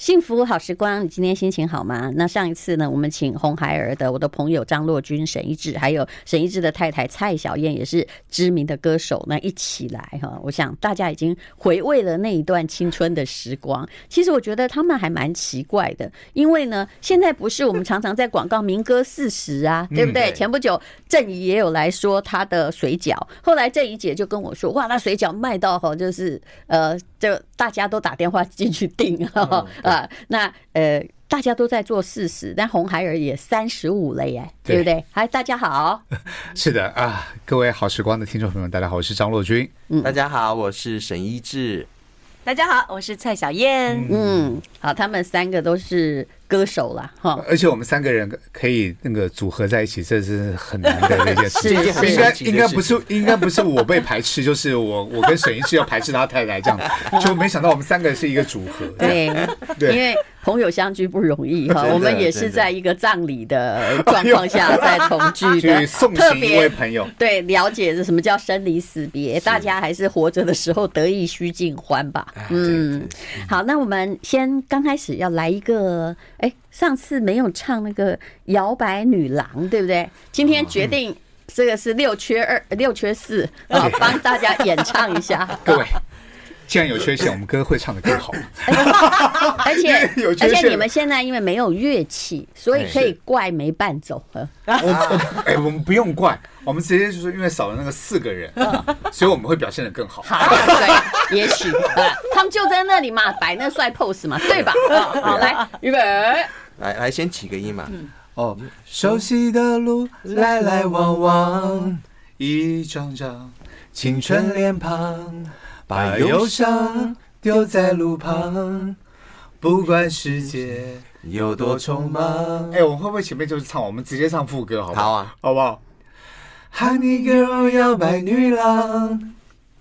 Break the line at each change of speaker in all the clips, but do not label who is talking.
幸福好时光，你今天心情好吗？那上一次呢，我们请红孩儿的我的朋友张若君、沈一志，还有沈一志的太太蔡小燕，也是知名的歌手，那一起来哈。我想大家已经回味了那一段青春的时光。其实我觉得他们还蛮奇怪的，因为呢，现在不是我们常常在广告民歌40啊，对不对？前不久郑怡也有来说他的水饺，后来郑怡姐就跟我说，哇，那水饺卖到就是就大家都打电话进去订那大家都在做40，但红孩儿也35了耶，对不对？嗨，大家好。
是的啊，各位好时光的听众朋友们，大家好，我是张若君。
大家好，我是沈一志。
大家好，我是蔡小燕。
好，他们3个都是歌手啦，哈。
而且我们3个人可以那个组合在一起，这是很难的一件事。应该不是我被排斥，就是我跟沈一志要排斥他太太这样，就没想到我们3个是一个组合。
对，因为朋友相聚不容易哈，我们也是在一个葬礼的状况下在同聚的，
去送行一位朋友，
对，了解什么叫生离死别，大家还是活着的时候得意须尽欢吧。好，那我们先刚开始要来一个，上次没有唱那个摇摆女郎，对不对？今天决定这个是6缺4，帮大家演唱一下。
各位。既然有缺陷，我们歌会唱得更好。
而且你们现在因为没有乐器，所以可以怪没伴奏。
我们不用怪，我们直接就是因为少了那个4个人，所以我们会表现得更好。
好，对，也许他们就在那里嘛，摆那帅 pose 嘛，对吧？好，来，预备，
来，先起个音嘛。
熟悉的路，来来往往，一张张青春脸庞。把忧伤丢在路旁，不管世界有多匆忙。我们会不会前面就是唱？我们直接唱副歌，好不好？
好啊，
好不好 ？Honey girl 摇摆女郎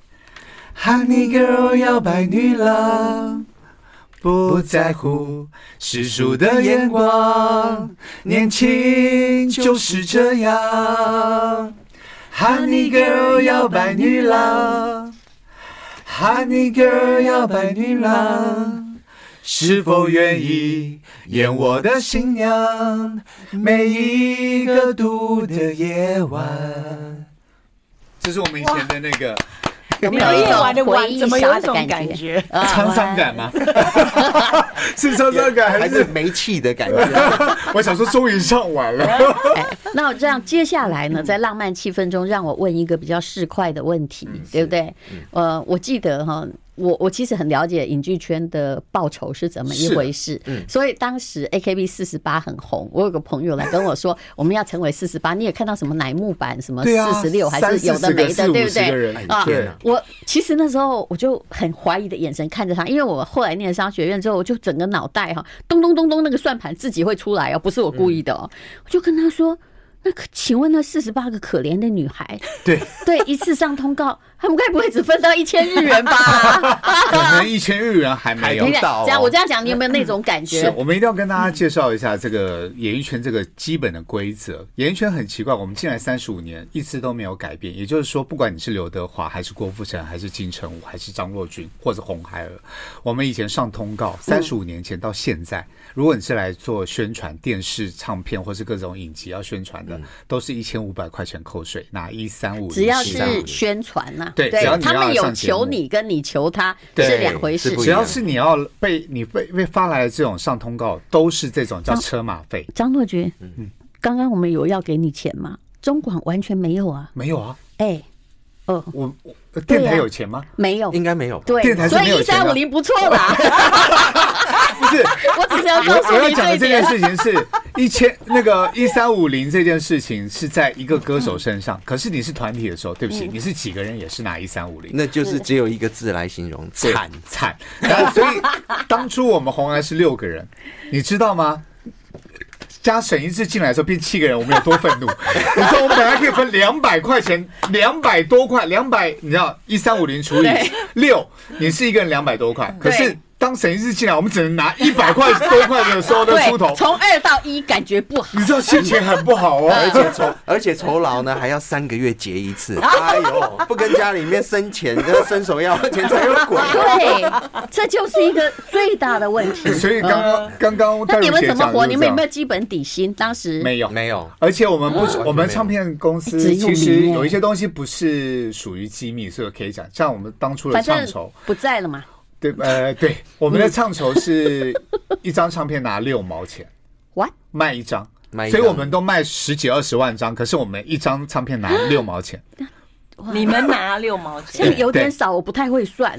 ，Honey girl 摇摆女郎，不在乎世俗的眼光，年轻就是这样。Honey girl 摇摆女郎。Honey girl 摇摆女郎，是否愿意演我的新娘？每一个独的夜晚。这是我们以前的那个。
有没有一种回忆杀的感觉？
沧桑感吗？是沧桑感
还是没气的感觉？
我想说，终于唱完了。
那我这样，接下来呢，在浪漫气氛中，让我问一个比较市侩的问题，对不对？我记得哈。我其实很了解影剧圈的报酬是怎么一回事，所以当时 AKB 48很红，我有个朋友来跟我说，我们要成为48，你也看到什么乃木坂什么46还是有的没的，对不对？我其实那时候我就很怀疑的眼神看着他，因为我后来念商学院之后，我就整个脑袋咚咚咚咚那个算盘自己会出来不是我故意的我就跟他说。那请问那48个可怜的女孩，对，一次上通告，他们该不会只分到1000日元吧？
可能1000日元还没有到。
我这样讲，你有没有那种感觉？
是，我们一定要跟大家介绍一下这个演艺圈这个基本的规则。演艺圈很奇怪，我们进来35年，一直都没有改变。也就是说，不管你是刘德华，还是郭富城，还是金城武，还是张若昀，或者红孩儿，我们以前上通告，35年前到现在，如果你是来做宣传、电视、唱片或是各种影集要宣传的。都是1500块钱扣税，拿135，
只要是宣传呐，
对，
他们有求你跟你求他是两回事。
只要是你要被发来的这种上通告，都是这种叫车马费。
张若昀，刚刚我们有要给你钱吗？中广完全没有啊，
没有啊，
我
电台有钱吗？
没有，
应该没有。
对，
电台是没有钱的。
所以1350不错啦。
不是，
我只是要告诉你，
我要讲的这件事情是1350这件事情是在一个歌手身上，可是你是团体的时候，对不起，你是几个人也是拿1350，
那就是只有一个字来形容，惨。
所以当初我们红孩是6个人，你知道吗？加沈一志进来的时候变7个人，我们有多愤怒？你说我们本来可以分200块钱，200多块，200，你知道1350除以6，你是一个人200多块，可是。 当沈一志进来，我们只能拿100块多块的时候的出头，
对，从2到1感觉不好，
你知道心情很不好哦。
而且酬劳呢还要3个月结一次，哎呦，不跟家里面生钱，伸手要钱才有鬼。
对，这就是一个最大的问题。
所以刚刚
那你们怎么活？你们有没
有？
有基本底薪？当时
没有。而且我们我们唱片公司其实有一些东西不是属于机密，所以可以讲。像我们当初的唱酬
不在了嘛？
对，对，我们的唱酬是一张唱片拿6毛钱
，What？
卖一张，所以我们都卖10几20万张，可是我们一张唱片拿6毛钱。
你们拿6毛钱，
这个有点少，我不太会算，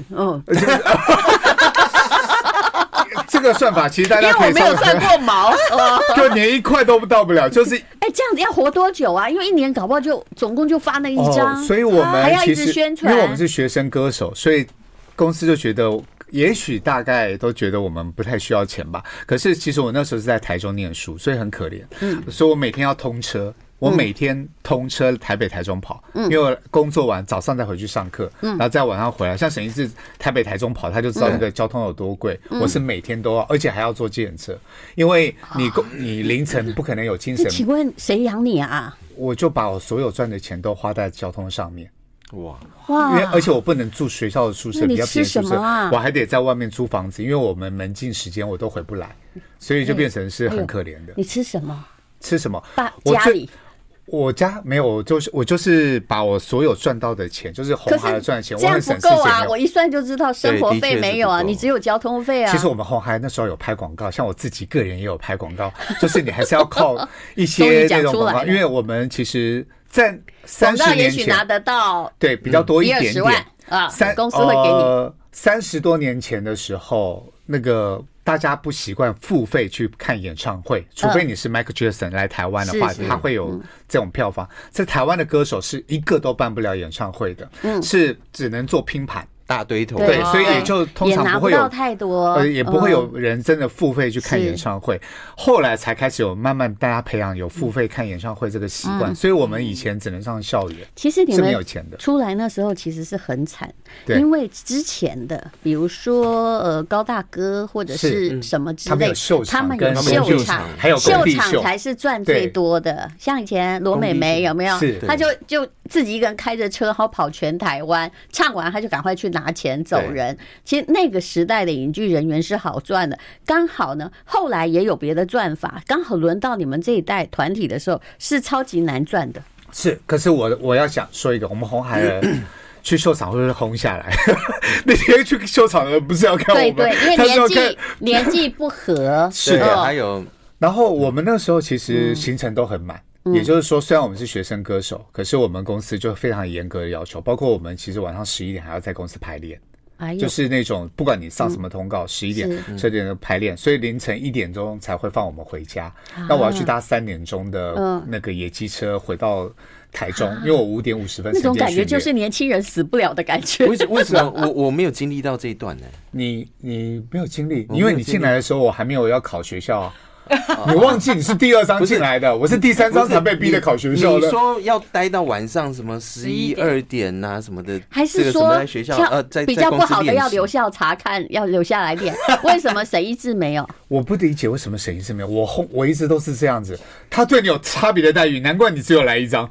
这个算法其实大家可以，
因为我没有算过毛，
就连1块都到不了，就是
这样子要活多久啊？因为1年搞不好就总共就发那一张，
所以我们
还要一
其实
直宣传，
因为我们是学生歌手，所以公司就觉得。也许大概都觉得我们不太需要钱吧，可是其实我那时候是在台中念书，所以很可怜。所以我每天要通车，我每天通车台北、台中跑，因为我工作完早上再回去上课，然后再晚上回来。像沈一志台北、台中跑，他就知道那个交通有多贵。我是每天都要，而且还要坐计程车，因为你凌晨不可能有精神。
请问谁养你啊？
我就把我所有赚的钱都花在交通上面。
哇！
因为而且我不能住学校的宿舍，比较偏宿舍，
啊、
我还得在外面租房子，因为我们门禁时间我都回不来，所以就变成是很可怜的。
你吃什么？
吃什么？
家里。
我家没有，我就是把我所有赚到的钱，就是红海赚的钱，
这样不够啊！我一算就知道生活费没有啊，你只有交通费啊。
其实我们红海那时候有拍广告，像我自己个人也有拍广告，就是你还是要靠一些那种广告，因为我们其实在30年前
也许拿得到，
对，比较多一点点
啊，公司会给你。
30多年前的时候，那个大家不习惯付费去看演唱会，除非你是 Michael Jackson 来台湾的话，他会有这种票房。在台湾的歌手是一个都办不了演唱会的，是只能做拼盘。
大堆头，
对，所以也就通常不会有
太多，
也不会有人真的付费去看演唱会。后来才开始有慢慢大家培养有付费看演唱会这个习惯，所以我们以前只能上校园，
其实你们
是没有钱的。
出来那时候其实是很惨，因为之前的比如说高大哥或者是什么之类，他们有秀场，
还有
秀场才是赚最多的。像以前罗美眉有没有？他就自己一个人开着车，然后跑全台湾，唱完他就赶快去拿钱走人。其实那个时代的影剧人员是好赚的，刚好呢，后来也有别的赚法，刚好轮到你们这一代团体的时候是超级难赚的。
是，可是我要想说一个，我们红孩儿去秀场会不会红下来？那天去秀场的不是要看我们，
对，因为年纪不合，
是的，
还有。
然后我们那时候其实行程都很满。也就是说，虽然我们是学生歌手，可是我们公司就非常严格的要求，包括我们其实晚上11点还要在公司排练，就是那种不管你上什么通告，11点、12点的排练，所以凌晨1点钟才会放我们回家。那我要去搭3点钟的那个野鸡车回到台中，因为我5点50分
那种感觉就是年轻人死不了的感觉。
为什么我没有经历到这一段呢？
你没有经历，因为你进来的时候我还没有要考学校啊。你忘记你是第2张进来的，我是第3张才被逼的考学校的。
你说要待到晚上什么11、2点啊什么的，
还是说
在学校在
比较不好的要留校查看，要留下来练？为什么沈一志没有？
我不理解为什么沈一志没有，我一直都是这样子，他对你有差别的待遇，难怪你只有来1张。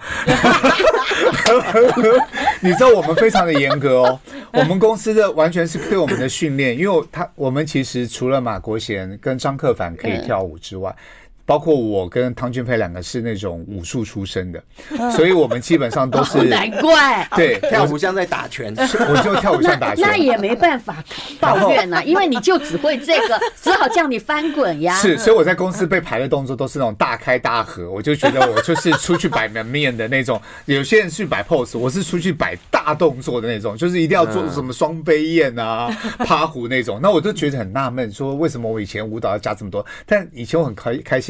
你知道我们非常的严格哦，我们公司的完全是对我们的训练，因为我们其实除了马国贤跟张克凡可以跳舞之外，包括我跟汤俊飞2个是那种武术出身的，所以我们基本上都是
难怪
对
跳舞像在打拳，
我就跳舞像打拳，
那也没办法抱怨啊，因为你就只会这个，只好叫你翻滚呀。
是，所以我在公司被排的动作都是那种大开大合，我就觉得我就是出去摆门面的那种。有些人去摆 pose， 我是出去摆大动作的那种，就是一定要做什么双飞燕啊、趴虎那种。那我就觉得很纳闷，说为什么我以前舞蹈要加这么多？但以前我很开心。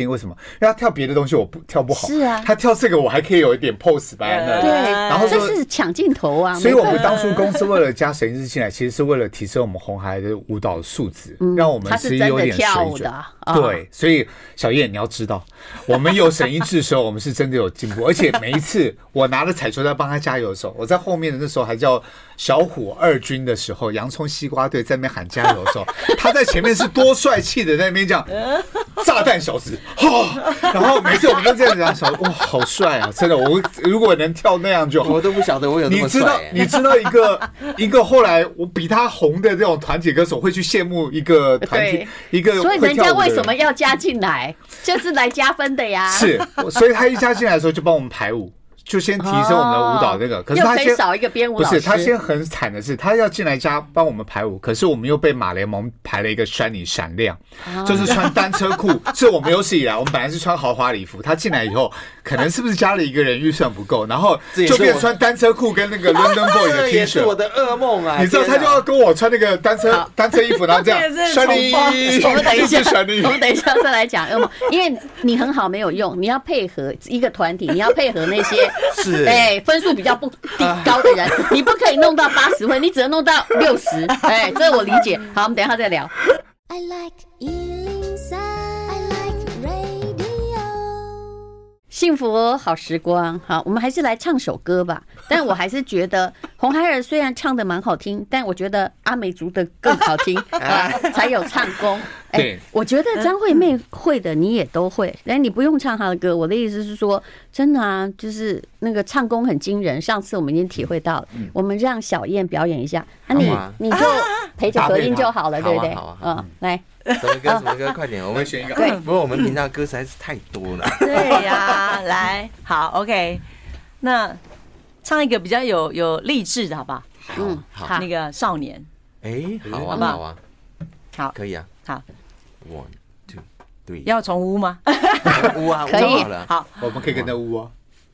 心，为什么？因为他跳别的东西我跳不好，
是啊，
他跳这个我还可以有一点 pose 摆在那里，
对，
然后
这是抢镜头啊。
所以我们当初公司为了加沈一志进来，其实是为了提升我们红孩的舞蹈的素质，让我们其实有点水准。对，所以小叶你要知道，我们有沈一志的时候，我们是真的有进步，而且每一次我拿着彩球在帮他加油的时候，我在后面的那时候还叫小虎二军的时候，洋葱西瓜队在那边喊加油的时候，他在前面是多帅气的在那边这样炸弹小子，然后每次我们都这样讲，想哇好帅啊，真的，我如果能跳那样就好。
我都不晓得我有那么帅。
你知道一个后来我比他红的这种团体歌手会去羡慕一个团体一个，
所以人家为什么要加进来，就是来加分的呀。
是，所以他一加进来的时候就帮我们排舞。就先提升我们的舞蹈那个，可是他先
少一个编舞老师，
不是他先很惨的是，他要进来帮我们排舞，可是我们又被马联盟排了一个Shiny闪亮，就是穿单车裤，是我们有史以来我们本来是穿豪华礼服，他进来以后可能是不是加了一个人预算不够，然后就变穿单车裤跟那个 London Boy 的 T 恤，
也是我的噩梦啊！
你知道他就要跟我穿那个单车衣服，然后这样Shiny，
我们等一下再来讲噩梦，因为你很好没有用，你要配合一个团体，你要配合那些
是
分数比较不高的人，你不可以弄到80分，你只能弄到60。这我理解。好，我们等一下再聊。I like 103, I like radio。幸福好时光，好，我们还是来唱首歌吧。但我还是觉得红孩儿虽然唱的蛮好听，但我觉得阿美族的更好听才有唱功。
对，
我觉得张惠妹会的你也都会，但你不用唱她的歌。我的意思是说，真的啊，就是那个唱功很惊人。上次我们已经体会到了，我们让小燕表演一下，你就陪着合音就好了，对不对？来，
什么歌？快点，我们选一个。对，不过我们平常的歌实在是太多了。
对呀，来，好 ，OK， 那唱一个比较有励志的，好不好？
好，
那个少年。
好啊，好啊，
好，
可以啊，
好。
1, 2, 3，
要重污吗？
污啊，
可以。
好，
我们可以跟着污啊。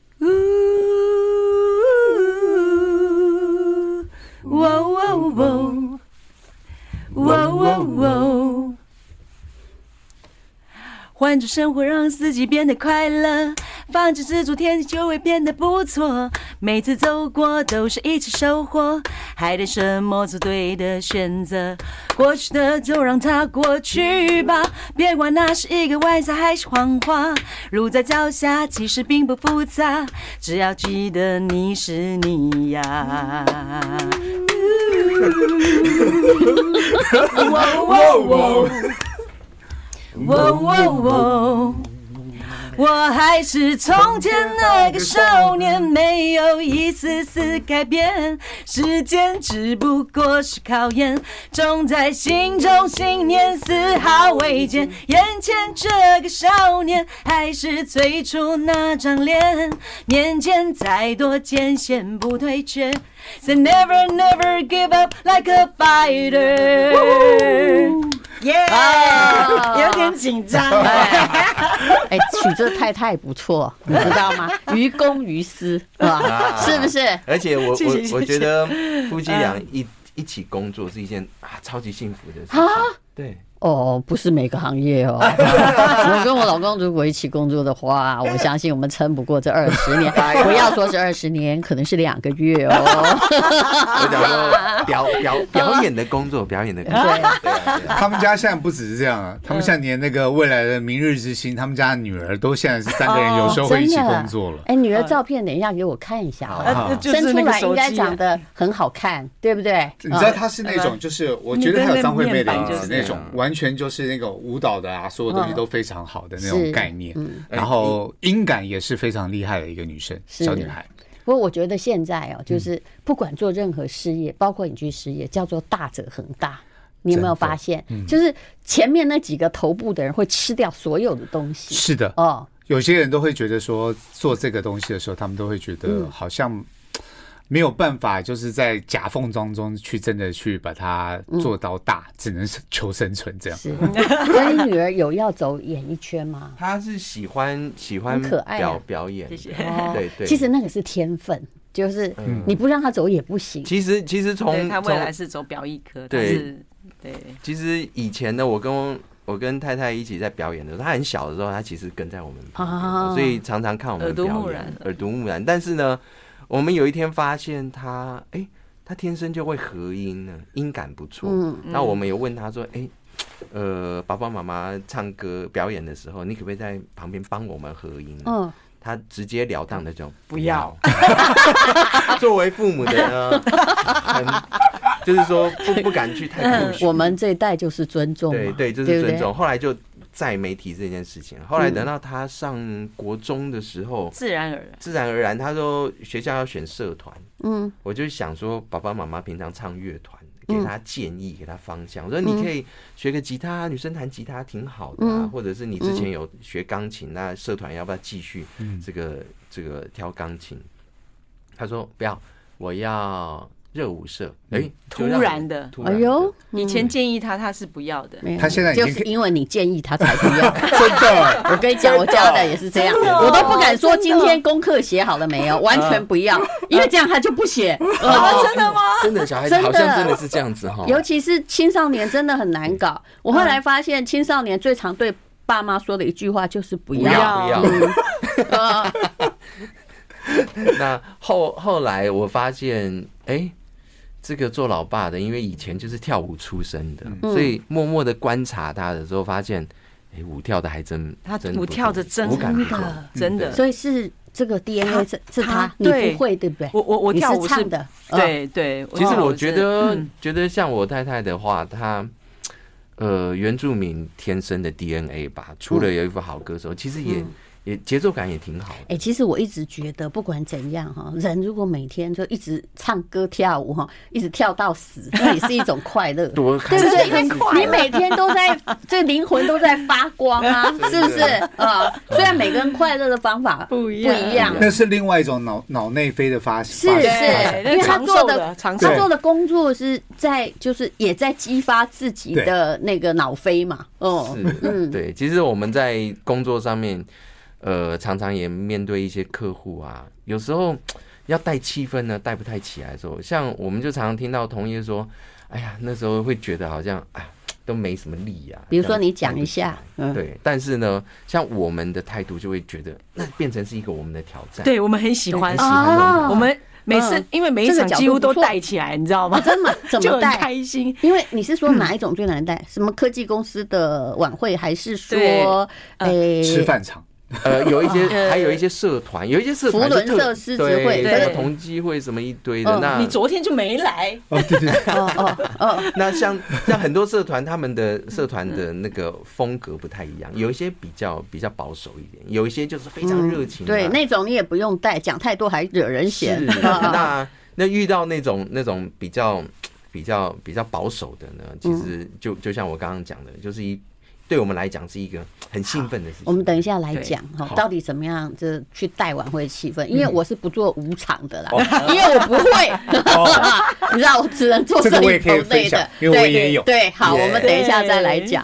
换种生活让自己变得快乐，放弃知足，天气就会变得不错。每次走过都是一次收获，还得什么做对的选择。过去的就让它过去吧，别管那是一个玩笑还是谎话。路在脚下，其实并不复杂，只要记得你是你呀。我还是从前那个少年，没有一丝丝改变。时间只不过是考验，种在心中信念丝毫未减。眼前这个少年，还是最初那张脸。面前再多艰险不退却， So never never give up like a fighter。有点紧张。
曲这太不错，你知道吗？于公于私，是不是？
而且我觉得夫妻俩一起工作是一件超级幸福的事情。对。
不是每个行业哦。我跟我老公如果一起工作的话，我相信我们撑不过这20年。不要说是20年，可能是2个月哦。
我讲说表演的工作，表演的工作。对。
他们家现在不只是这样啊，他们现在连那个未来的明日之星，他们家的女儿都现在是3个人，有时候会一起工作了。
女儿照片等一下给我看一下啊，生出来应该长得很好看，对不对？
你知道她是那种，就是我觉得她有张惠妹的影子，那种完全就是那个舞蹈的啊，所有东西都非常好的那种概念，然后音感也是非常厉害的一个女生，小女孩。
不过我觉得现在就是不管做任何事业，包括影剧事业，叫做大者恒大。你有没有发现，就是前面那几个头部的人会吃掉所有的东西？
是的，有些人都会觉得说，做这个东西的时候，他们都会觉得好像没有办法，就是在夹缝当中去真的去把它做到大，只能求生存这样。是，
所以你女儿有要走演艺圈吗？
她是喜欢表演，对。
其实那个是天分，就是你不让她走也不行。
其实从
她未来是走表艺科，
对。其实以前的我跟我跟太太一起在表演的时候，她很小的时候，她其实跟在我们旁边
哦
所以常常看我们表演，耳濡目染。但是呢，我们有一天发现她，她天生就会合音呢，音感不错。那我们有问她说，爸爸妈妈唱歌表演的时候，你可不可以在旁边帮我们合音？他直截了当的就不要。作为父母的呢，就是说不敢去太push。
我们这一代就是尊重嘛，
对，就是尊重。后来就再没提这件事情。后来等到他上国中的时候，
自然而
然，他说学校要选社团，我就想说爸爸妈妈平常唱乐团。给他建议，给他方向，说你可以学个吉他，女生弹吉他挺好的啊，或者是你之前有学钢琴，那社团要不要继续这个挑钢琴？他说不要，我要热舞社。
突然的，
哎呦，
以前建议他是不要的，
他现在
就是因为你建议他才不要。
真的，
我跟你讲，我家的也是这样，我都不敢说今天功课写好了没有，完全不要，因为这样他就不写。
真的吗？
真的，小孩子好像真的是这样子哈。
尤其是青少年真的很难搞。我后来发现，青少年最常对爸妈说的一句话就是不要。
那后来我发现，这个做老爸的，因为以前就是跳舞出身的，所以默默的观察他的时候，发现，舞跳的还真，
他舞跳的真的，
所以是这个 DNA 是他，你不会对不对？
我跳舞是
唱的，
对。
其实我觉得像我太太的话，她原住民天生的 DNA 吧，除了有一副好歌手，其实也节奏感也挺好的。
其实我一直觉得，不管怎样哈，人如果每天就一直唱歌跳舞哈，一直跳到死，那也是一种快乐，
多
对不对？因为你每天都在，这灵魂都在发光啊，是不是啊？虽然每个人快乐的方法不一样，
那是另外一种脑内啡的发
是，
因
为他做的工作是在，就是也在激发自己的那个脑啡嘛。
对，其实我们在工作上面。常常也面对一些客户啊，有时候要带气氛呢，带不太起来的时候，像我们就常常听到同业说，哎呀，那时候会觉得好像都没什么力啊。
比如说你讲一下，
对，但是呢，像我们的态度就会觉得，那变成是一个我们的挑战。
对，我们很喜欢，我们每次因为每一场几乎都带起来，你知道吗？
真的怎么带？
开心。
因为你是说哪一种最难带？什么科技公司的晚会，还是说
吃饭场？
有一些，还有一些社团，有一些社团
扶轮社、狮子会、
什么同济会什么一堆的。那
你昨天就没来。
对。
那像很多社团，他们的社团的那个风格不太一样，有一些比较保守一点，有一些就是非常热情。
对，那种你也不用带，讲太多还惹人嫌。
那遇到那种比较保守的呢，其实就像我刚刚讲的，就是对我们来讲是一个很兴奋的事情。
我们等一下来讲到底怎么样就去带晚会气氛，因为我是不做舞场的啦，因为我不会，你知道，我只能做摄影棚类的，
因为我也有。
对，好，我们等一下再来讲。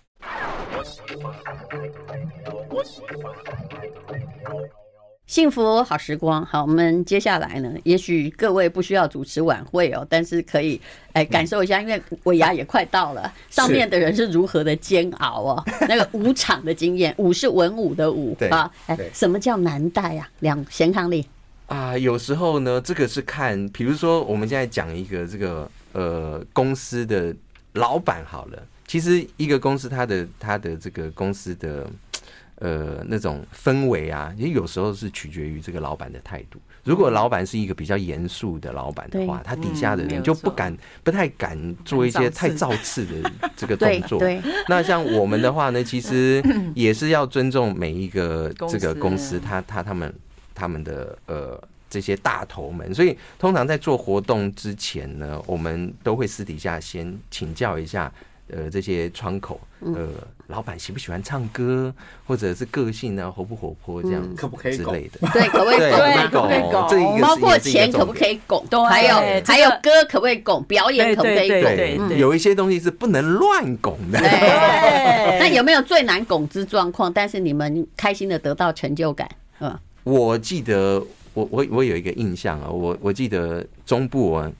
幸福好时光，好，我们接下来呢，也许各位不需要主持晚会哦，但是可以感受一下，因为尾牙也快到了，上面的人是如何的煎熬哦，那个舞场的经验，舞是文武的舞啊，什么叫难带啊？贤伉俪
啊，有时候呢，这个是看，比如说我们现在讲一个这个公司的老板好了，其实一个公司它的这个公司的。那种氛围啊，也有时候是取决于这个老板的态度。如果老板是一个比较严肃的老板的话，他底下的人就不太敢做一些太造次的这个动作。那像我们的话呢，其实也是要尊重每一个这个公司，他们的这些大头们。所以通常在做活动之前呢，我们都会私底下先请教一下。这些窗口，老板喜不喜欢唱歌，或者是个性啊，活不活泼这样，
可不可以
之类的？
对，可不可以拱？这一个包括钱可不可以拱？还有歌可不可以拱？表演可不可以拱？
有一些东西是不能乱拱的。
那有没有最难拱之状况？但是你们开心的得到成就感？
我记得我有一个印象啊，我记得中部啊。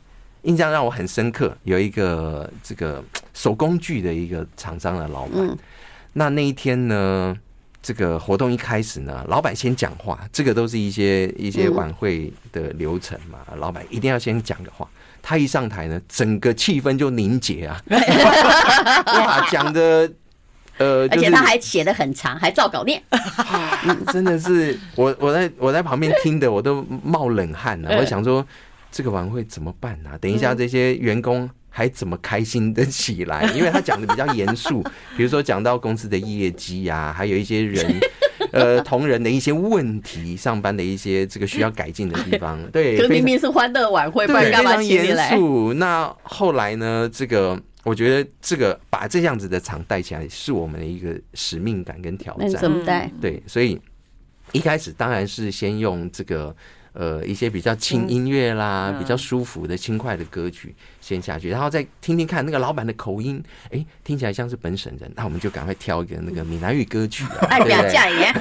印象让我很深刻，有一个这个手工具的一个厂商的老板，那一天呢，这个活动一开始呢，老板先讲话，这个都是一些晚会的流程嘛，老板一定要先讲个话。他一上台呢，整个气氛就凝结啊！哇，讲的
而且他还写得很长，还照稿念，
真的是我在旁边听的，我都冒冷汗啊！我想说，这个晚会怎么办啊？等一下这些员工还怎么开心的起来？因为他讲的比较严肃，比如说讲到公司的业绩啊，还有一些人。同仁的一些问题，上班的一些这个需要改进的地方，对，
可明明是欢乐晚会，不然干嘛请你来？
非常严肃。那后来呢？这个我觉得这个把这样子的场带起来，是我们的一个使命感跟挑战。
那怎么带？
对，所以一开始当然是先用这个一些比较轻音乐啦，比较舒服的轻快的歌曲先下去，然后再听听看那个老板的口音，听起来像是本省人，那我们就赶快挑一个那个闽南语歌曲，
哎呀，这样，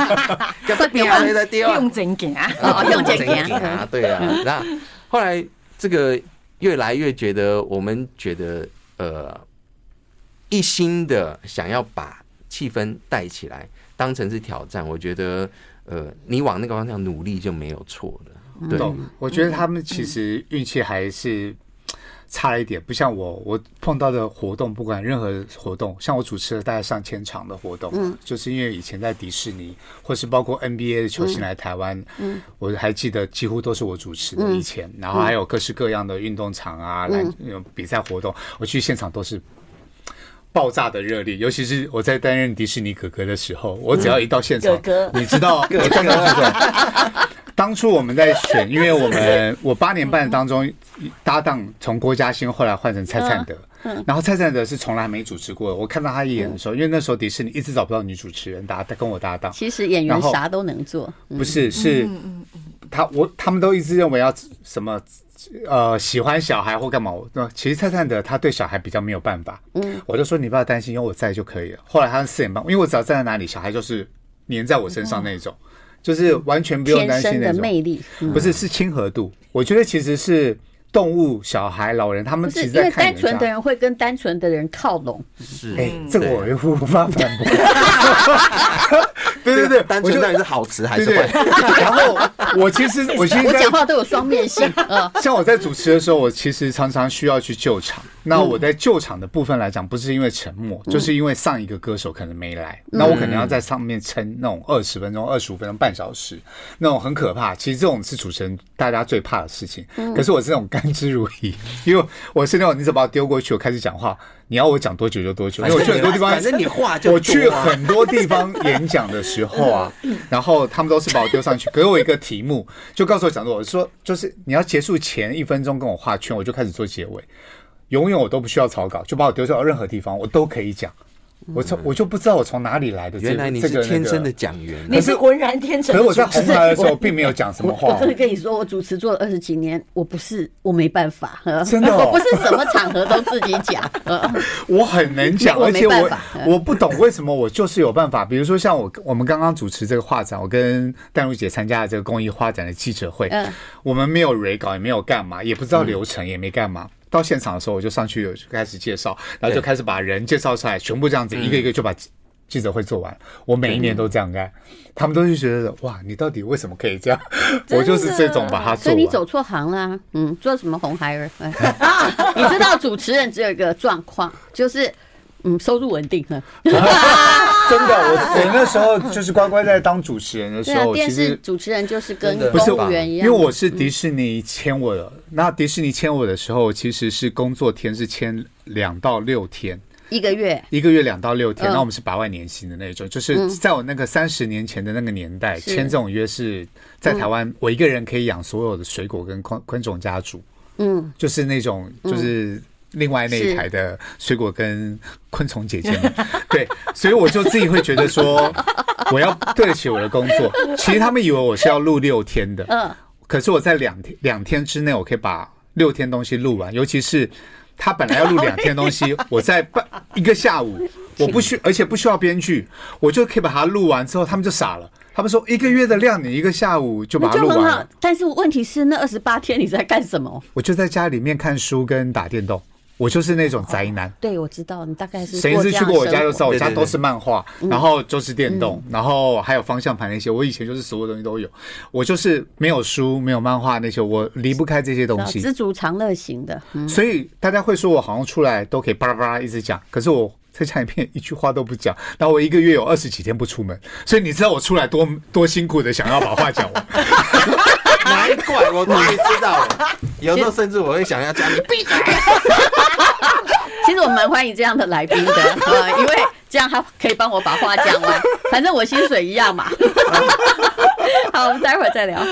用真行啊，
用真行
啊，对啊。那后来这个越来越觉得，我们觉得一心的想要把气氛带起来，当成是挑战，我觉得。你往那个方向努力就没有错了。对，
我觉得他们其实运气还是差了一点，不像我碰到的活动，不管任何活动，像我主持了大概上千场的活动，就是因为以前在迪士尼，或是包括 NBA 的球星来台湾，我还记得几乎都是我主持的以前，然后还有各式各样的运动场啊，来比赛活动，我去现场都是。爆炸的热烈，尤其是我在担任迪士尼哥哥的时候，我只要一到现场，你知道，我真的是当初我们在选，因为我8年半当中搭档从郭嘉欣后来换成蔡灿德，然后蔡灿德是从来没主持过的。我看到他一眼的时候，因为那时候迪士尼一直找不到女主持人跟我搭档。
其实演员啥都能做，
不是他们都一直认为要什么。喜欢小孩或干嘛？其实蔡灿德他对小孩比较没有办法。我就说你不要担心，因为我在就可以了。后来他是4点半，因为我只要站在哪里，小孩就是黏在我身上那种，就是完全不用担心那种。
天生的魅力，
不是亲和度。我觉得其实是动物、小孩、老人，他们其实在看人家。因为
单纯的人会跟单纯的人靠拢。
是，
这个我又无法反驳。对，
单纯到底是好词还是坏？
然后我其实我
讲话都有双面性。
像我在主持的时候，我其实常常需要去救场。那我在救场的部分来讲，不是因为沉默，就是因为上一个歌手可能没来，那我可能要在上面撑那种20分钟、25分钟、半小时，那种很可怕。其实这种是主持人大家最怕的事情。可是我是那种甘之如饴，因为我是那种你只把我丢过去，我开始讲话。你要我讲多久就多久，因为我去很多地方，
反正你话就
我去很多地方演讲的时候啊，然后他们都是把我丢上去，给我一个题目，就告诉我讲座，我说就是你要结束前1分钟跟我画圈，我就开始做结尾，永远我都不需要草稿，就把我丢到任何地方，我都可以讲。我就不知道我从哪里来的
原来你是天生的讲员，
你是浑然天成。
可是我在红台的时候并没有讲什么话。
我真的跟你说，我主持做了20几年，我没办法，
真的，
我不是什么场合都自己讲。
我很能讲，而且我不懂为什么我就是有办法。比如说像我们刚刚主持这个画展，我跟淡如姐参加了这个公益画展的记者会，我们没有蕊稿，也没有干嘛，也不知道流程，也没干嘛。到现场的时候，我就上去就开始介绍，然后就开始把人介绍出来，全部这样子一个一个就把记者会做完。我每一年都这样干，他们都是觉得哇，你到底为什么可以这样？我就是这种把它做完。
所以你走错行了，做什么红孩儿？你知道主持人只有一个状况，就是收入稳定。
真的，我那时候就是乖乖在当主持人的时候，
电视主持人就是跟公务员一样。
因为我是迪士尼签我的，那迪士尼签我的时候，其实是工作天是签2到6天。
一个月
2到6天，那我们是8万年薪的那种，就是在我那个30年前的那个年代，签这种约是在台湾，我一个人可以养所有的水果跟昆虫家族，就是那种就是另外那一台的水果跟昆虫姐姐们，对，所以我就自己会觉得说，我要对得起我的工作。其实他们以为我是要录6天的，可是我在两天之内，我可以把6天东西录完，尤其是。他本来要录2天东西，我在1个下午，而且不需要编剧，我就可以把它录完之后，他们就傻了。 他们说1个月的量，你1个下午就把它
那就很好
录完了。。
但是问题是，那28天你在干什么？
我就在家里面看书跟打电动，我就是那种宅男。
对，我知道你大概是
谁一次去过我家就知道，我家
对对对
都是漫画，然后就是电动，然后还有方向盘那些。我以前就是所有东西都有，我就是没有书、没有漫画那些，我离不开这些东西。
知足常乐型的。
所以大家会说我好像出来都可以巴拉巴拉一直讲，可是我在家里面一句话都不讲。然后我1个月有20几天不出门，所以你知道我出来多辛苦的想要把话讲完。
难怪我终于知道了。有时候甚至我会想要叫你闭嘴。
其实我蛮欢迎这样的来宾的，因为这样他可以帮我把话讲完，反正我薪水一样嘛。好，我们待会儿再聊。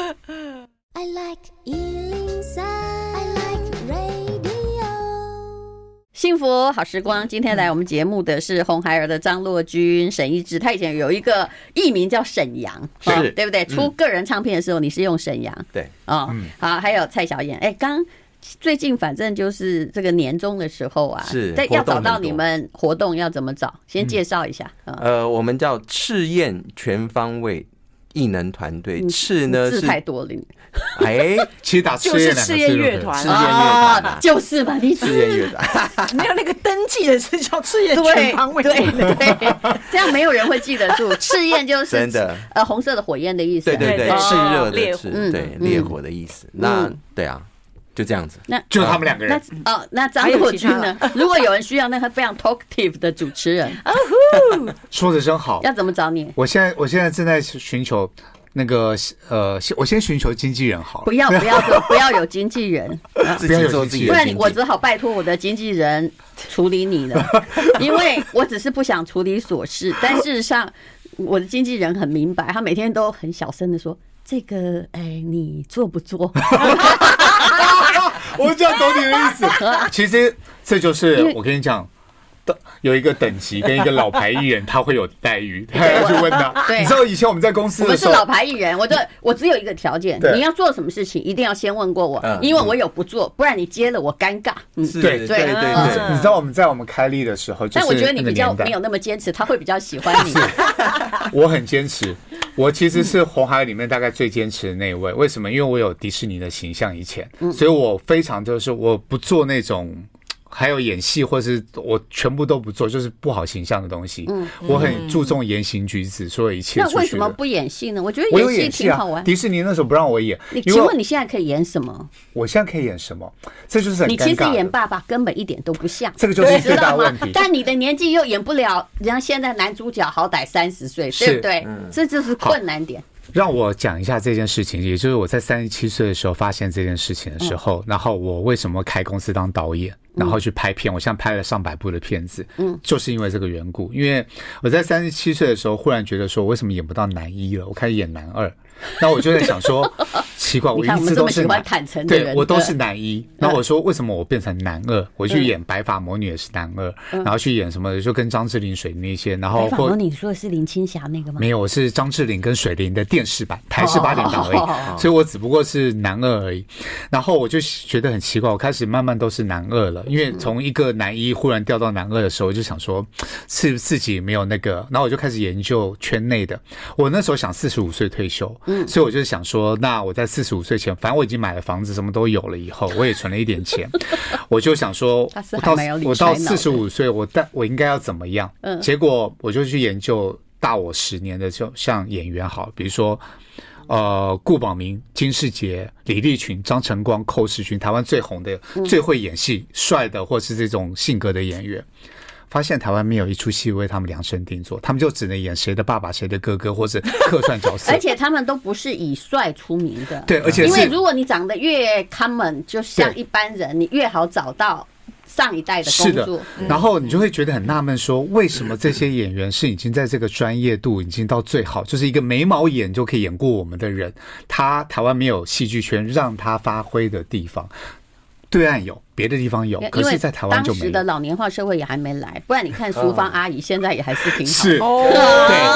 I like 103. I like radio.
幸福好时光，今天来我们节目的是红孩儿的张洛君、沈一志。他以前有一个艺名叫沈阳，
是
对不对？出个人唱片的时候，你是用沈阳，
对，
哦，好，还有蔡小燕。哎，最近反正就是这个年终的时候啊，
是
要找到
活动很多
你们活动要怎么找？先介绍一下。
我们叫赤焰全方位艺能团队。赤呢
字
是
太多了，
哎，
其实打赤焰2个字
就是赤焰乐团
赤焰乐团啊，
就是嘛，你
赤焰乐团。
没有那个登记的是叫赤焰
对
全方位。
对，这样没有人会记得住。赤焰就是
真的
红色的火焰的意思。
对对对，
对
炽热
烈火
的炽，对烈火的意思。那对啊，就这样子。
那
就他们2个人。
那张洛君呢？如果有人需要那个非常 talkative 的主持人，
说的真好。
要怎么找你？
我现在正在寻求那个我先寻求经纪人好了。
不要有经纪人，
自己做自己
不然
的经纪。
我只好拜托我的经纪人处理你了，因为我只是不想处理琐事，但事实上我的经纪人很明白，他每天都很小声的说：“这个，你做不做？”
我这样懂你的意思。其实这就是我跟你讲，有一个等级跟一个老牌艺人，他会有待遇，他要去问他。
对
你知道以前我们在公司
我们是
的时候，
老牌艺人，我只有一个条件，
对
你要做什么事情一定要先问过我，因为我有不做，不然你接了我尴尬。
是
对
对对对，
你知道我们在我们开立的时候，就是
但我觉得你
那个年代
比较没有那么坚持，他会比较喜欢你。
我很坚持，我其实是红孩里面大概最坚持的那一位。为什么？因为我有迪士尼的形象以前，所以我非常就是我不做那种。还有演戏，或是我全部都不做，就是不好形象的东西。我很注重言行举止，所有一切出去的。
那为什么不演戏呢？我觉得
我有
演戏
演戏啊
挺好玩。
迪士尼那时候不让我演，
请问你现在可以演什么？
我现在可以演什么？这就是很
你
尴尬的。
其实演爸爸根本一点都不像，
这个就是最
知道吗
大问题？
但你的年纪又演不了，人家现在男主角好歹30岁，对不对？这就是困难点。
让我讲一下这件事情，也就是我在37岁的时候发现这件事情的时候，然后我为什么开公司当导演，然后去拍片，我现在拍了上百部的片子，就是因为这个缘故。因为我在37岁的时候，忽然觉得说，我为什么演不到男一了？我开始演男二，那我就在想说，奇怪，我一直都是
喜欢坦诚的人，
对我都是男一，然后我说为什么我变成男二？我去演白发魔女也是男二，然后去演什么就跟张智霖、水灵那些，然后
白发魔女说的是林青霞那个吗？
没有，我是张智霖跟水灵的电视版，台视8点档而已，所以我只不过是男二而已。然后我就觉得很奇怪，我开始慢慢都是男二了，因为从一个男一忽然调到男二的时候，我就想说是自己没有那个，然后我就开始研究圈内的。我那时候想45岁退休，所以我就想说，那我在45岁前，反正我已经买了房子，什么都有了，以后我也存了一点钱，我就想说，我到45岁，我应该要怎么样？结果我就去研究大我10年的，就像演员好，比如说。顾宝明、金士杰、李立群、张晨光、寇世勋，台湾最红的、最会演戏、帅的，或是这种性格的演员，发现台湾没有一出戏为他们量身定做，他们就只能演谁的爸爸、谁的哥哥，或是客串角色。
而且他们都不是以帅出名的，
对，而且
因为如果你长得越 common， 就像一般人，你越好找到。上一代的工作，
然后你就会觉得很纳闷，说为什么这些演员是已经在这个专业度已经到最好，就是一个眉毛眼就可以演过我们的人，他台湾没有戏剧圈让他发挥的地方，对岸有，别的地方有，可是在台湾就没有。
当时的老年化社会也还没来，不然你看淑芳阿姨现在也还是挺好。
是，对，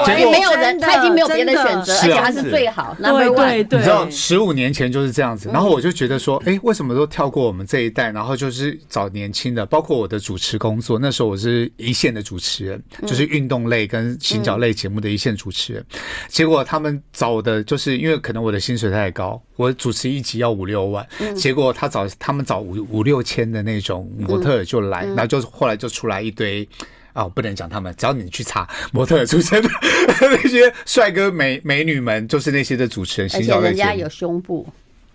因为没有人，他已经没有别的选择，而且他是最好。
对对对，
你知道15年前就是这样子，然后我就觉得说，为什么都跳过我们这一代，然后就是找年轻的，包括我的主持工作，那时候我是一线的主持人，就是运动类跟行脚类节目的一线主持人，结果他们找的就是因为可能我的薪水太高，我主持一集要5、6万，结果他们找5、6千的那种模特儿就来，然后就后来就出来一堆。不能讲他们，只要你去查模特儿出身的那些帅哥美女们，就是那些的主持人，
而且人家有胸部。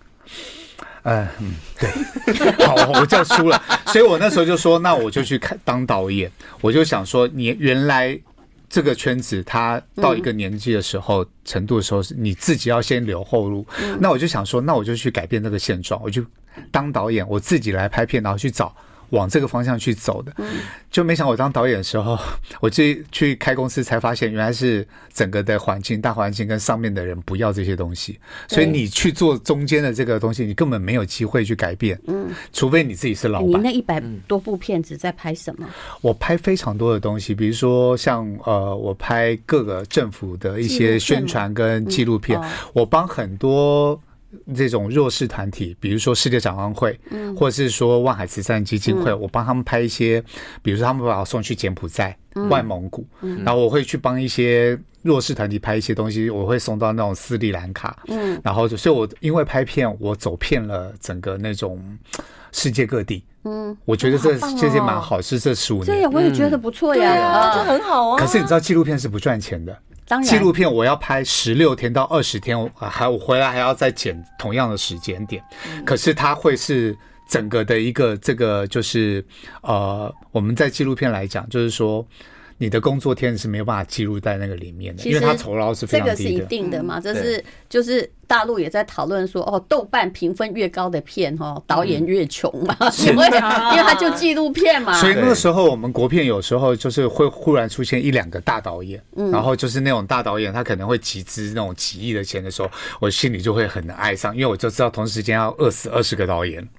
对，好，我就输了，所以我那时候就说，那我就去当导演。我就想说，你原来这个圈子，他到一个年纪的时候、程度的时候，你自己要先留后路。那我就想说，那我就去改变这个现状，我就当导演，我自己来拍片，然后去找。往这个方向去走的，就没想我当导演的时候，我去开公司才发现，原来是整个的大环境跟上面的人不要这些东西，所以你去做中间的这个东西，你根本没有机会去改变，除非你自己是老板。
你那100多部片子在拍什么？
我拍非常多的东西，比如说像我拍各个政府的一些宣传跟纪录片，我帮很多。这种弱势团体，比如说世界展望会，或者是说万海慈善基金会，我帮他们拍一些，比如说他们把我送去柬埔寨、外蒙古，然后我会去帮一些弱势团体拍一些东西，我会送到那种斯里兰卡，然后所以我因为拍片，我走遍了整个那种世界各地。我觉得这些蛮好，是这15年。
这我也觉得不错呀，
这很好啊。
可是你知道纪录片是不赚钱的。纪录片我要拍16天到20天，我回来还要再剪同样的时间点，可是它会是整个的一个这个就是我们在纪录片来讲，就是说你的工作天是没有办法记录在那个里面的，因为它酬劳是非常低的。
这个是一定的嘛，这是就是大陆也在讨论说，豆瓣评分越高的片导演越穷嘛，因为它就纪录片嘛。
所以那个时候我们国片有时候就是会忽然出现1、2个大导演，然后就是那种大导演他可能会集资那种几亿的钱的时候，我心里就会很哀伤，因为我就知道同时间要饿死20个导演。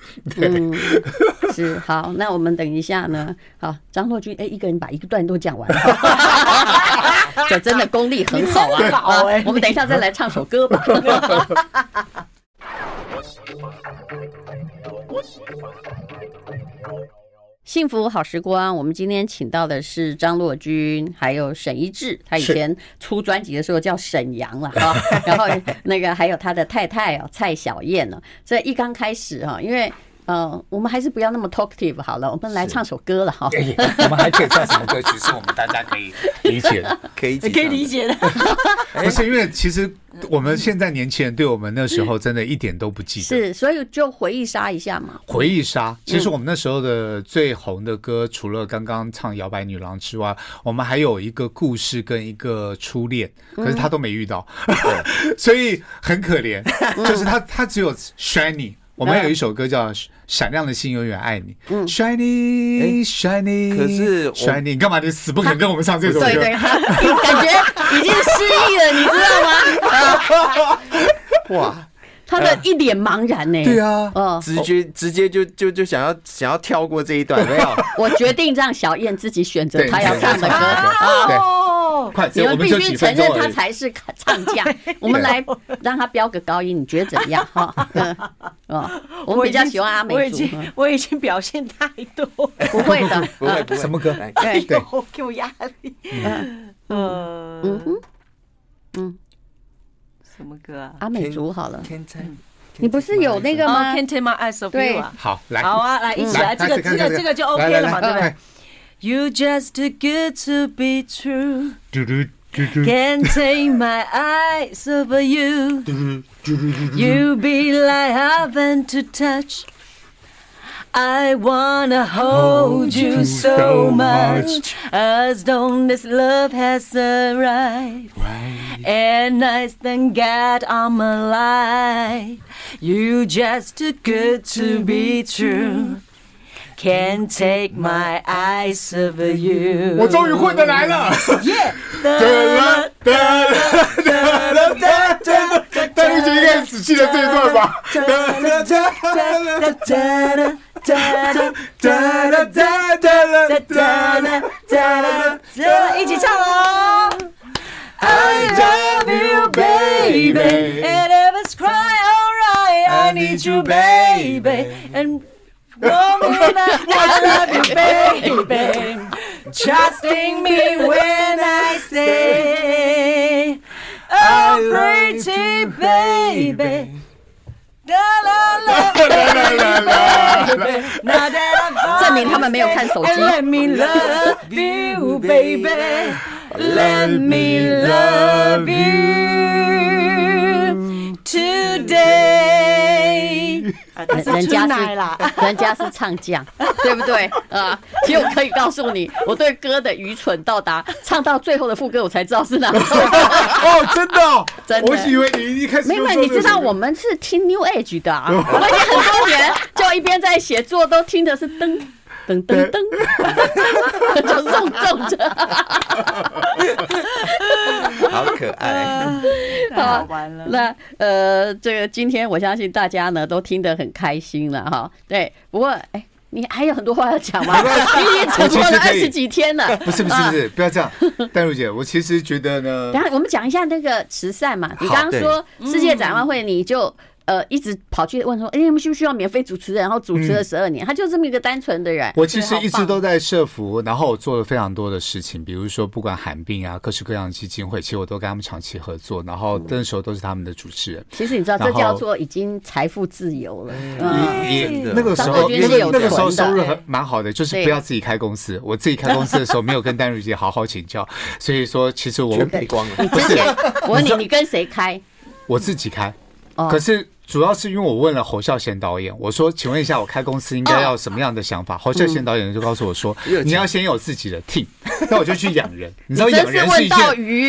是好，那我们等一下呢？好，张若均，一个人把一个段都讲完了，这真的功力很好啊！我们等一下再来唱首歌吧。幸福好时光，我们今天请到的是张若均，还有沈一志，他以前出专辑的时候叫沈阳了哈，然后那个还有他的太太蔡小燕呢。这一刚开始因为我们还是不要那么 talkative 好了，我们来唱首歌了哈。
我们还可以唱什么歌曲是我们大家可以理解的，
可以理解的。
不是因为其实我们现在年轻人对我们那时候真的一点都不记得，
是，所以就回忆杀一下嘛。
回忆杀，其实我们那时候的最红的歌，除了刚刚唱《摇摆女郎》之外，我们还有一个故事跟一个初恋，可是他都没遇到，所以很可怜。就是他只有 Shiny。我们有一首歌叫《闪亮的心永远爱你》，Shiny Shiny，
可是
Shiny， 你干嘛？你死不肯跟我们唱这首歌？
对，感觉已经失忆了，你知道吗？哇，他的一脸茫然呢。
对啊，
直接就想要跳过这一段，没有。
我决定让小燕自己选择她要唱的歌。
快，
你们必须承认他才是唱将。我们来让他飙个高音，你觉得怎么样？我们比较喜欢阿美族。
我已经表现太多，
不会的，
不会。
什么歌？
对，给我压力。什么歌啊？
阿美族好了。你不是有那个吗
？Can't take my eyes off you 啊。
好，来，
好啊，来一起来，这个就 OK 了嘛，对不对？You just too good to be true. Can't take my eyes over you. You be like heaven to touch. I wanna hold you so much. As long as love has arrived, and I thank God I'm alive. You just too good to be true.Can't take my eyes over you。
我终于会的来了！耶！但你已经应该死记了这一段吧？
一起唱哦！ need you, baby. And know me that I love you, baby. Trusting me when I say, oh, pretty baby. La la la baby. Now that I'm
证明他们没有看手机。
Let me love you, baby. Let me love you today.
人家是唱将，对不对啊？其实我可以告诉你，我对歌的愚蠢到达唱到最后的副歌，我才知道是哪首。
哦，真的哦，
真的
我以为你一开始就
没有，
说
你知道我们是听 New Age 的啊，我已经很多年就一边在写作，都听的是噔噔噔噔，就重着。
好可爱。
太好玩了。
那这个今天我相信大家呢都听得很开心了哈。对，不过你还有很多话要讲吗？你已经直播了20几天了。
不是，不要这样，淡如姐，我其实觉得呢，
等一下我们讲一下那个慈善嘛。你刚刚说世界展望会，你就一直跑去问说，你们需不需要免费主持人？然后主持了12年，他就这么一个单纯的人。
我其实一直都在社福，然后我做了非常多的事情，比如说不管罕病啊，各式各样的基金会，其实我都跟他们长期合作，然后那时候都是他们的主持人。
其实你知道，这叫做已经财富自由了。
那个时候，那个时候收入蛮好的，就是不要自己开公司。我自己开公司的时候，没有跟淡如姐好好请教，所以说其实我
全赔光了。
你之前，我问你，你跟谁开？
我自己开，可是。主要是因为我问了侯孝贤导演，我说：“请问一下，我开公司应该要什么样的想法？”侯孝贤导演就告诉我说：“你要先有自己的 team。”那我就去养人，你知道养人是一件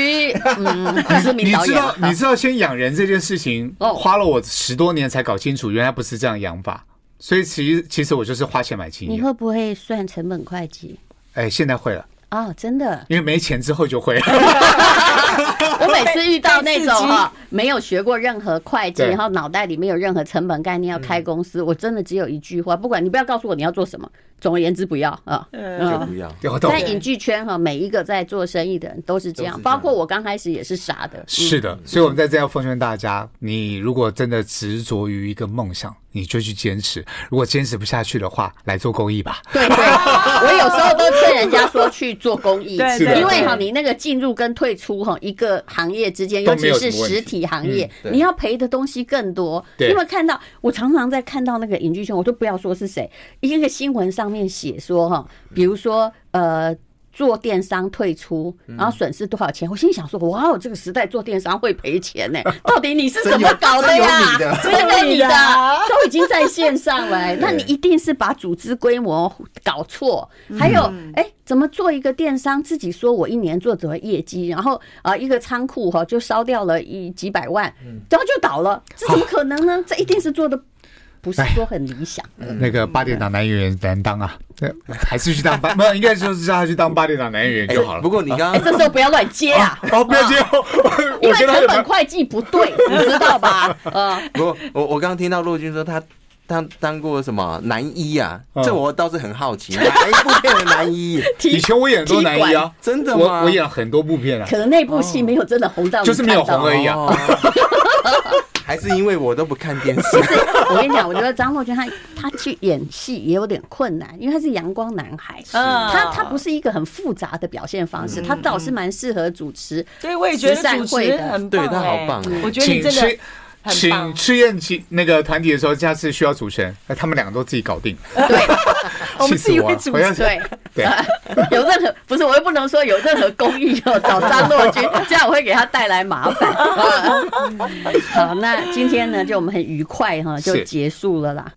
你知道先养人这件事情花了我10多年才搞清楚，原来不是这样养法。所以其实我就是花钱买经验。
你会不会算成本会计？
现在会了。
哦，真的，
因为没钱之后就会了。
我每次遇到那种没有学过任何会计，然后脑袋里没有任何成本概念要开公司，我真的只有一句话，不管你不要告诉我你要做什么，总而言之不要啊，
就不要。
在影剧圈每一个在做生意的人都是这样，包括我刚开始也是傻的。
是的，所以我们在这要奉劝大家，你如果真的执着于一个梦想，你就去坚持。如果坚持不下去的话，来做公益吧。
对，我有时候都劝人家说去做公益，因为你那个进入跟退出一个行业之间，尤其是实体行业，你要赔的东西更多。因为看到我常常在看到那个影剧圈，我都不要说是谁，一个新闻上面写说比如说做电商退出，然后损失多少钱？我心里想说，哇，这个时代做电商会赔钱呢？到底你是怎么搞的呀？真有你的，都已经在线上了，那你一定是把组织规模搞错。还有，怎么做一个电商？自己说我1年做怎么业绩，然后一个仓库就烧掉了几百万，然后就倒了，这怎么可能呢？这一定是做的。不是说很理想，
那个8点档男演员难当啊，还是去当没有，应该就是让他去当8点档男演员就好了。
不过你刚刚
这时候不要乱接啊，
不要接，
因为成本会计不对，你知道吧？
不过我刚刚听到陆军说他当过什么男一啊，这我倒是很好奇，哪一部片的男一？
以前我演很多男一啊，
真的吗？
我演了很多部片啊，
可能那部戏没有真的红到，
就是没有红而已啊。
还是因为我都不看电视。
其实我跟你讲，我觉得张若昀他去演戏也有点困难，因为他是阳光男孩，他不是一个很复杂的表现方式，他倒是蛮适合主持。
对，我也觉得主持很棒，
对他好棒。
我觉得你真的。
请赤焰那个团体的时候，下次需要主持人，他们2个都自己搞定。
对，
我们自己会主持。
对，有任何不是，我又不能说有任何公益就找张若昀，这样我会给他带来麻烦。好，那今天呢，就我们很愉快就结束了啦。